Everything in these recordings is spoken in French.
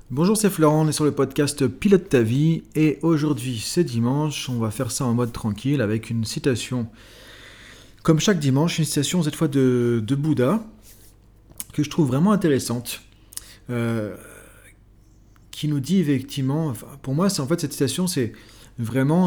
Bonjour, c'est Florent, on est sur le podcast Pilote ta vie et aujourd'hui c'est dimanche, on va faire ça en mode tranquille avec une citation. Comme chaque dimanche, une citation cette fois de Bouddha que je trouve vraiment intéressante, euh, qui nous dit effectivement, enfin, pour moi c'est en fait cette citation c'est vraiment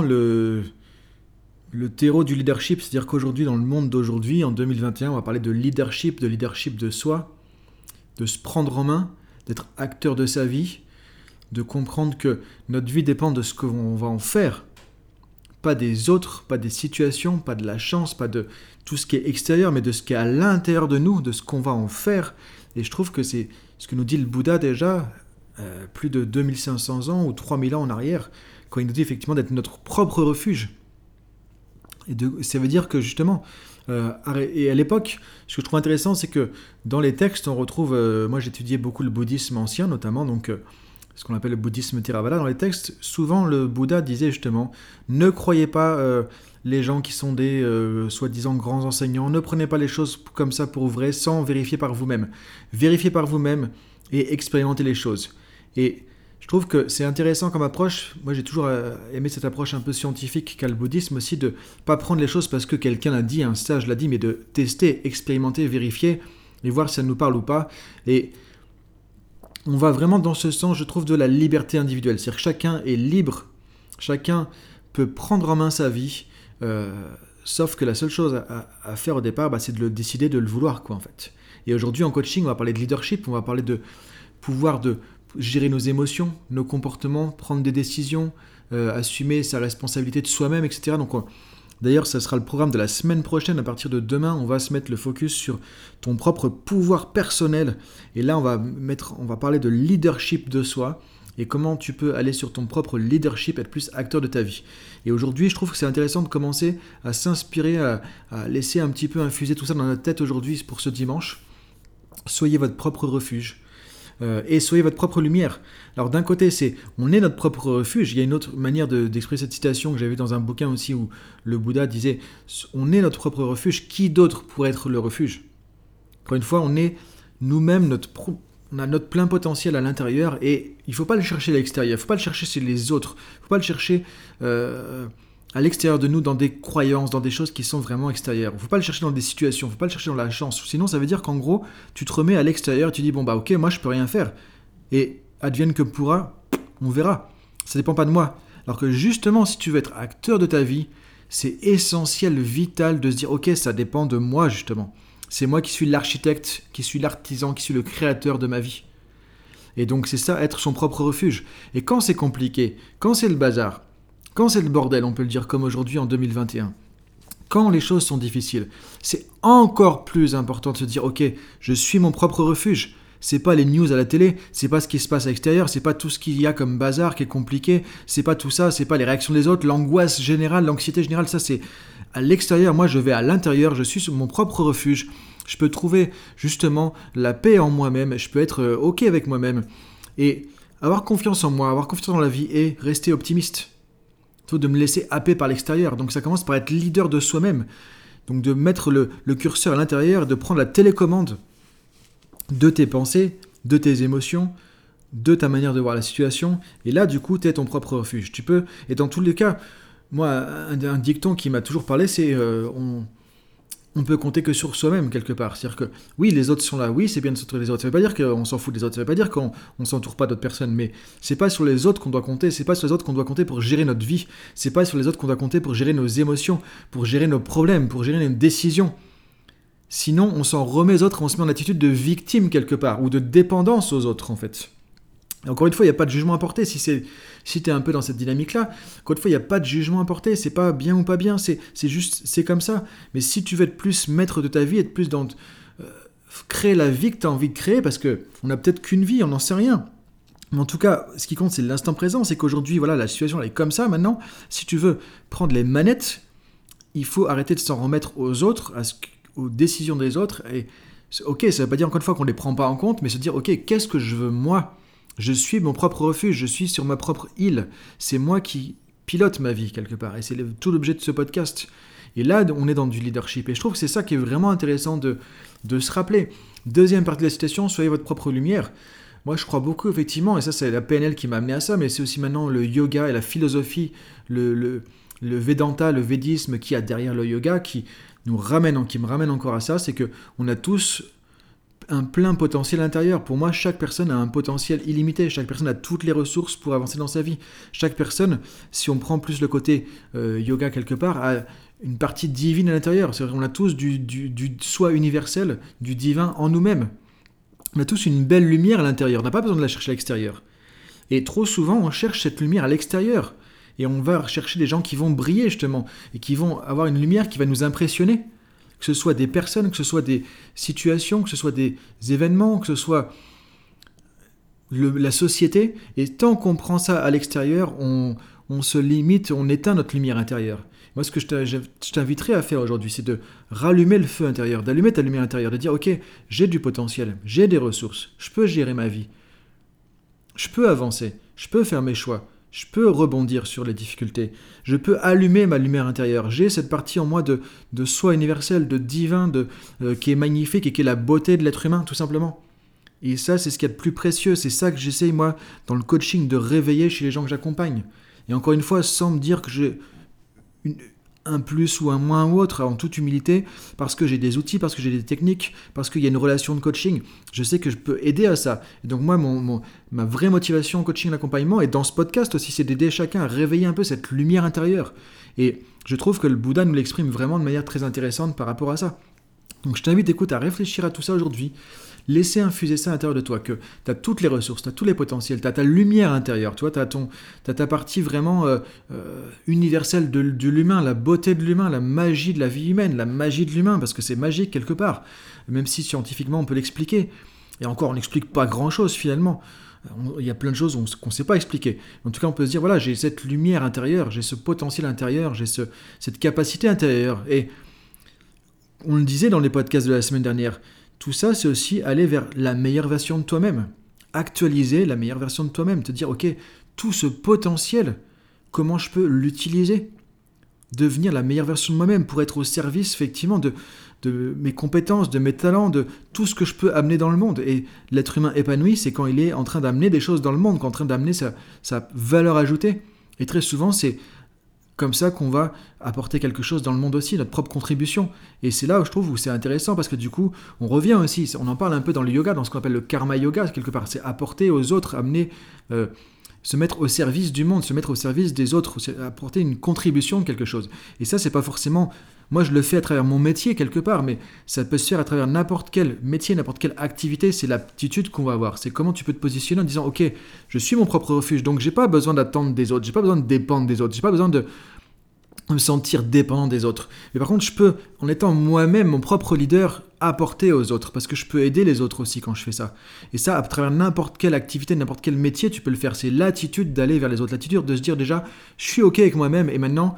le terreau du leadership, c'est-à-dire qu'aujourd'hui dans le monde d'aujourd'hui, en 2021, on va parler de leadership de soi, de se prendre en main, d'être acteur de sa vie, de comprendre que notre vie dépend de ce qu'on va en faire, pas des autres, pas des situations, pas de la chance, pas de tout ce qui est extérieur, mais de ce qui est à l'intérieur de nous, de ce qu'on va en faire. Et je trouve que c'est ce que nous dit le Bouddha déjà, plus de 2500 ans ou 3000 ans en arrière, quand il nous dit effectivement d'être notre propre refuge. Ça veut dire que justement, et à l'époque, ce que je trouve intéressant, c'est que dans les textes, on retrouve, moi j'étudiais beaucoup le bouddhisme ancien notamment, donc ce qu'on appelle le bouddhisme Theravada. Dans les textes, souvent le Bouddha disait justement, ne croyez pas les gens qui sont des soi-disant grands enseignants, ne prenez pas les choses comme ça pour vrai sans vérifier par vous-même. Vérifiez par vous-même et expérimentez les choses. Et je trouve que c'est intéressant comme approche. Moi, j'ai toujours aimé cette approche un peu scientifique qu'a le bouddhisme aussi, de pas prendre les choses parce que quelqu'un l'a dit, un sage l'a dit, mais de tester, expérimenter, vérifier et voir si ça nous parle ou pas. Et on va vraiment dans ce sens, je trouve, de la liberté individuelle. C'est-à-dire que chacun est libre, chacun peut prendre en main sa vie, sauf que la seule chose à faire au départ, c'est de le décider, de le vouloir, quoi, en fait. Et aujourd'hui, en coaching, on va parler de leadership, on va parler de pouvoir de gérer nos émotions, nos comportements, prendre des décisions, assumer sa responsabilité de soi-même, etc. Donc, d'ailleurs, ça sera le programme de la semaine prochaine. À partir de demain, on va se mettre le focus sur ton propre pouvoir personnel. Et là, on va parler de leadership de soi et comment tu peux aller sur ton propre leadership, être plus acteur de ta vie. Et aujourd'hui, je trouve que c'est intéressant de commencer à s'inspirer, à laisser un petit peu infuser tout ça dans notre tête aujourd'hui pour ce dimanche. Soyez votre propre refuge. Et soyez votre propre lumière. Alors d'un côté, on est notre propre refuge. Il y a une autre manière d'exprimer cette citation que j'avais vue dans un bouquin aussi où le Bouddha disait on est notre propre refuge. Qui d'autre pourrait être le refuge? Encore une fois, on est nous-mêmes on a notre plein potentiel à l'intérieur et il ne faut pas le chercher à l'extérieur. Il ne faut pas le chercher chez les autres. Il ne faut pas le chercher à l'extérieur de nous dans des croyances, dans des choses qui sont vraiment extérieures. Il ne faut pas le chercher dans des situations, il ne faut pas le chercher dans la chance. Sinon, ça veut dire qu'en gros, tu te remets à l'extérieur et tu dis, bon ok, moi je peux rien faire. Et advienne que pourra, on verra. Ça dépend pas de moi. Alors que justement, si tu veux être acteur de ta vie, c'est essentiel, vital de se dire, ok, ça dépend de moi justement. C'est moi qui suis l'architecte, qui suis l'artisan, qui suis le créateur de ma vie. Et donc c'est ça, être son propre refuge. Et quand c'est compliqué, quand c'est le bazar, quand c'est le bordel, on peut le dire comme aujourd'hui en 2021, quand les choses sont difficiles, c'est encore plus important de se dire, ok, je suis mon propre refuge. C'est pas les news à la télé, c'est pas ce qui se passe à l'extérieur, c'est pas tout ce qu'il y a comme bazar qui est compliqué, c'est pas tout ça, c'est pas les réactions des autres, l'angoisse générale, l'anxiété générale, ça c'est à l'extérieur. Moi je vais à l'intérieur, je suis sur mon propre refuge. Je peux trouver justement la paix en moi-même, je peux être ok avec moi-même et avoir confiance en moi, avoir confiance dans la vie et rester optimiste. De me laisser happer par l'extérieur. Donc ça commence par être leader de soi-même. Donc de mettre le curseur à l'intérieur et de prendre la télécommande de tes pensées, de tes émotions, de ta manière de voir la situation. Et là, du coup, tu es ton propre refuge. Tu peux, et dans tous les cas, moi, un dicton qui m'a toujours parlé, c'est on peut compter que sur soi-même quelque part. C'est-à-dire que oui, les autres sont là, oui, c'est bien de s'entourer des autres. Ça ne veut pas dire qu'on s'en fout des autres, ça ne veut pas dire qu'on ne s'entoure pas d'autres personnes, mais c'est pas sur les autres qu'on doit compter, c'est pas sur les autres qu'on doit compter pour gérer notre vie, c'est pas sur les autres qu'on doit compter pour gérer nos émotions, pour gérer nos problèmes, pour gérer nos décisions. Sinon, on s'en remet aux autres, on se met en attitude de victime quelque part, ou de dépendance aux autres en fait. Et encore une fois, il n'y a pas de jugement à porter si tu es un peu dans cette dynamique-là. Encore une fois, il n'y a pas de jugement à porter, c'est pas bien ou pas bien, c'est juste, c'est comme ça. Mais si tu veux être plus maître de ta vie, être plus dans créer la vie que tu as envie de créer, parce qu'on n'a peut-être qu'une vie, on n'en sait rien. Mais en tout cas, ce qui compte, c'est l'instant présent, c'est qu'aujourd'hui, voilà, la situation elle est comme ça maintenant. Si tu veux prendre les manettes, il faut arrêter de s'en remettre aux autres, aux décisions des autres. Et ok, ça ne veut pas dire encore une fois qu'on ne les prend pas en compte, mais se dire, ok, qu'est-ce que je veux moi ? Je suis mon propre refuge, je suis sur ma propre île. C'est moi qui pilote ma vie quelque part. Et c'est tout l'objet de ce podcast. Et là, on est dans du leadership. Et je trouve que c'est ça qui est vraiment intéressant de se rappeler. Deuxième partie de la citation, soyez votre propre lumière. Moi, je crois beaucoup, effectivement, et ça, c'est la PNL qui m'a amené à ça, mais c'est aussi maintenant le yoga et la philosophie, le Vedanta, le védisme qui a derrière le yoga, qui me ramène encore à ça, c'est que on a tous un plein potentiel intérieur. Pour moi, chaque personne a un potentiel illimité. Chaque personne a toutes les ressources pour avancer dans sa vie. Chaque personne, si on prend plus le côté yoga quelque part, a une partie divine à l'intérieur. C'est-à-dire qu'on a tous du soi universel, du divin en nous-mêmes. On a tous une belle lumière à l'intérieur. On n'a pas besoin de la chercher à l'extérieur. Et trop souvent, on cherche cette lumière à l'extérieur. Et on va chercher des gens qui vont briller, justement, et qui vont avoir une lumière qui va nous impressionner. Que ce soit des personnes, que ce soit des situations, que ce soit des événements, que ce soit la société. Et tant qu'on prend ça à l'extérieur, on se limite, on éteint notre lumière intérieure. Moi, ce que je t'inviterais à faire aujourd'hui, c'est de rallumer le feu intérieur, d'allumer ta lumière intérieure, de dire, ok, j'ai du potentiel, j'ai des ressources, je peux gérer ma vie, je peux avancer, je peux faire mes choix, je peux rebondir sur les difficultés, je peux allumer ma lumière intérieure. J'ai cette partie en moi de soi universel, de divin, qui est magnifique et qui est la beauté de l'être humain, tout simplement. Et ça, c'est ce qu'il y a de plus précieux. C'est ça que j'essaye, moi, dans le coaching, de réveiller chez les gens que j'accompagne. Et encore une fois, sans me dire que j'ai un plus ou un moins ou autre, en toute humilité, parce que j'ai des outils, parce que j'ai des techniques, parce qu'il y a une relation de coaching, je sais que je peux aider à ça. Et donc moi, ma vraie motivation en coaching et l'accompagnement, et dans ce podcast aussi, c'est d'aider chacun à réveiller un peu cette lumière intérieure. Et je trouve que le Bouddha nous l'exprime vraiment de manière très intéressante par rapport à ça. Donc je t'invite, écoute, à réfléchir à tout ça aujourd'hui, laisser infuser ça à l'intérieur de toi, que tu as toutes les ressources, tu as tous les potentiels, tu as ta lumière intérieure, tu vois, tu as ta partie vraiment universelle de l'humain, la beauté de l'humain, la magie de la vie humaine, la magie de l'humain, parce que c'est magique quelque part, même si scientifiquement on peut l'expliquer. Et encore, on n'explique pas grand-chose finalement. Il y a plein de choses qu'on ne sait pas expliquer. En tout cas, on peut se dire, voilà, j'ai cette lumière intérieure, j'ai ce potentiel intérieur, j'ai cette capacité intérieure. Et on le disait dans les podcasts de la semaine dernière, tout ça, c'est aussi aller vers la meilleure version de toi-même. Actualiser la meilleure version de toi-même. Te dire, ok, tout ce potentiel, comment je peux l'utiliser ? Devenir la meilleure version de moi-même pour être au service, effectivement, de mes compétences, de mes talents, de tout ce que je peux amener dans le monde. Et l'être humain épanoui, c'est quand il est en train d'amener des choses dans le monde, quand il est en train d'amener sa valeur ajoutée. Et très souvent, c'est comme ça qu'on va apporter quelque chose dans le monde aussi, notre propre contribution. Et c'est là où je trouve où c'est intéressant, parce que du coup, on revient aussi, on en parle un peu dans le yoga, dans ce qu'on appelle le karma yoga, quelque part, c'est apporter aux autres, amener, se mettre au service du monde, se mettre au service des autres, apporter une contribution de quelque chose. Et ça, c'est pas forcément... Moi, je le fais à travers mon métier, quelque part, mais ça peut se faire à travers n'importe quel métier, n'importe quelle activité. C'est l'aptitude qu'on va avoir. C'est comment tu peux te positionner en disant, ok, je suis mon propre refuge, donc j'ai pas besoin d'attendre des autres, j'ai pas besoin de dépendre des autres, j'ai pas besoin de me sentir dépendant des autres. Mais par contre, je peux, en étant moi-même mon propre leader, apporter aux autres, parce que je peux aider les autres aussi quand je fais ça. Et ça, à travers n'importe quelle activité, n'importe quel métier, tu peux le faire. C'est l'attitude d'aller vers les autres, l'attitude de se dire déjà, je suis ok avec moi-même, et maintenant,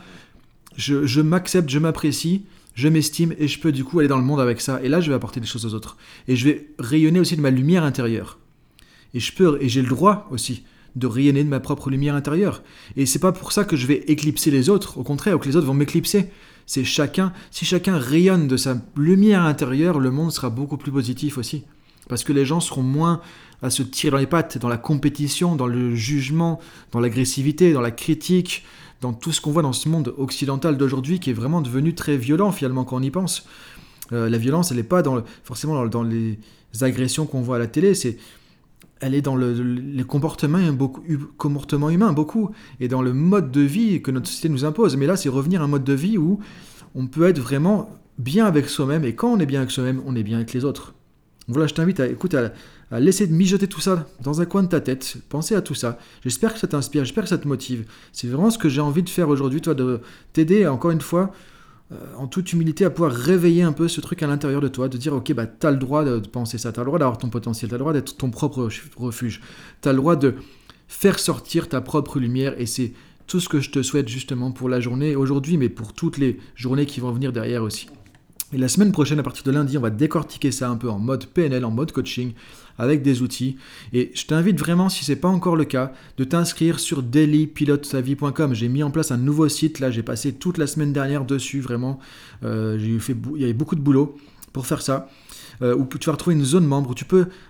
je m'accepte, je m'apprécie, je m'estime, et je peux du coup aller dans le monde avec ça. Et là, je vais apporter des choses aux autres. Et je vais rayonner aussi de ma lumière intérieure. Et j'ai le droit aussi de rayonner de ma propre lumière intérieure. Et c'est pas pour ça que je vais éclipser les autres, au contraire, ou que les autres vont m'éclipser. Si chacun rayonne de sa lumière intérieure, le monde sera beaucoup plus positif aussi. Parce que les gens seront moins à se tirer dans les pattes, dans la compétition, dans le jugement, dans l'agressivité, dans la critique, dans tout ce qu'on voit dans ce monde occidental d'aujourd'hui qui est vraiment devenu très violent finalement quand on y pense. La violence, elle n'est pas forcément dans les agressions qu'on voit à la télé, elle est dans les comportements humains, beaucoup, et dans le mode de vie que notre société nous impose. Mais là, c'est revenir à un mode de vie où on peut être vraiment bien avec soi-même, et quand on est bien avec soi-même, on est bien avec les autres. Donc voilà, je t'invite à laisser mijoter tout ça dans un coin de ta tête, penser à tout ça. J'espère que ça t'inspire, j'espère que ça te motive. C'est vraiment ce que j'ai envie de faire aujourd'hui, toi, de t'aider, encore une fois, en toute humilité, à pouvoir réveiller un peu ce truc à l'intérieur de toi, de dire, ok, bah, t'as le droit de penser ça, t'as le droit d'avoir ton potentiel, t'as le droit d'être ton propre refuge, t'as le droit de faire sortir ta propre lumière, et c'est tout ce que je te souhaite justement pour la journée aujourd'hui, mais pour toutes les journées qui vont venir derrière aussi. Et la semaine prochaine, à partir de lundi, on va décortiquer ça un peu en mode PNL, en mode coaching, avec des outils. Et je t'invite vraiment, si ce n'est pas encore le cas, de t'inscrire sur dailypilotetavie.com. J'ai mis en place un nouveau site, là j'ai passé toute la semaine dernière dessus, vraiment. Il y avait beaucoup de boulot pour faire ça. Où tu vas retrouver une zone membre où tu peux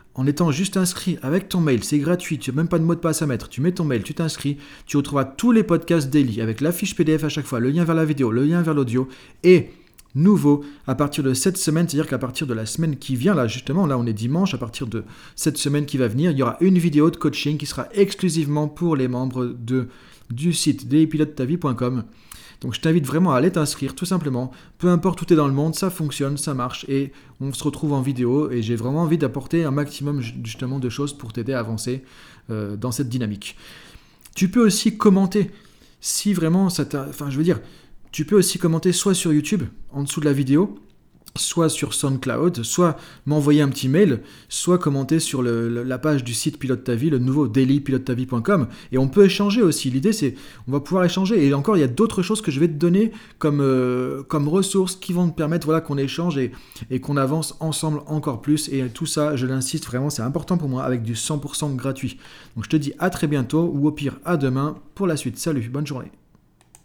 en étant juste inscrit avec ton mail, c'est gratuit, tu n'as même pas de mot de passe à mettre, tu mets ton mail, tu t'inscris, tu retrouveras tous les podcasts daily avec la fiche PDF à chaque fois, le lien vers la vidéo, le lien vers l'audio, et nouveau à partir de cette semaine, c'est-à-dire qu'à partir de la semaine qui vient, là justement, là on est dimanche, à partir de cette semaine qui va venir, il y aura une vidéo de coaching qui sera exclusivement pour les membres du site dailypilotetavie.com. Donc je t'invite vraiment à aller t'inscrire tout simplement, peu importe où tu es dans le monde, ça fonctionne, ça marche et on se retrouve en vidéo et j'ai vraiment envie d'apporter un maximum justement de choses pour t'aider à avancer dans cette dynamique. Tu peux aussi commenter si vraiment ça t'a... Enfin je veux dire, tu peux aussi commenter soit sur YouTube en dessous de la vidéo, soit sur SoundCloud, soit m'envoyer un petit mail, soit commenter sur la page du site Pilote ta vie, le nouveau dailypilotetavie.com. Et on peut échanger aussi. L'idée, c'est on va pouvoir échanger. Et encore, il y a d'autres choses que je vais te donner comme ressources qui vont te permettre qu'on échange et qu'on avance ensemble encore plus. Et tout ça, je l'insiste vraiment, c'est important pour moi, avec du 100% gratuit. Donc je te dis à très bientôt ou au pire à demain pour la suite. Salut, bonne journée.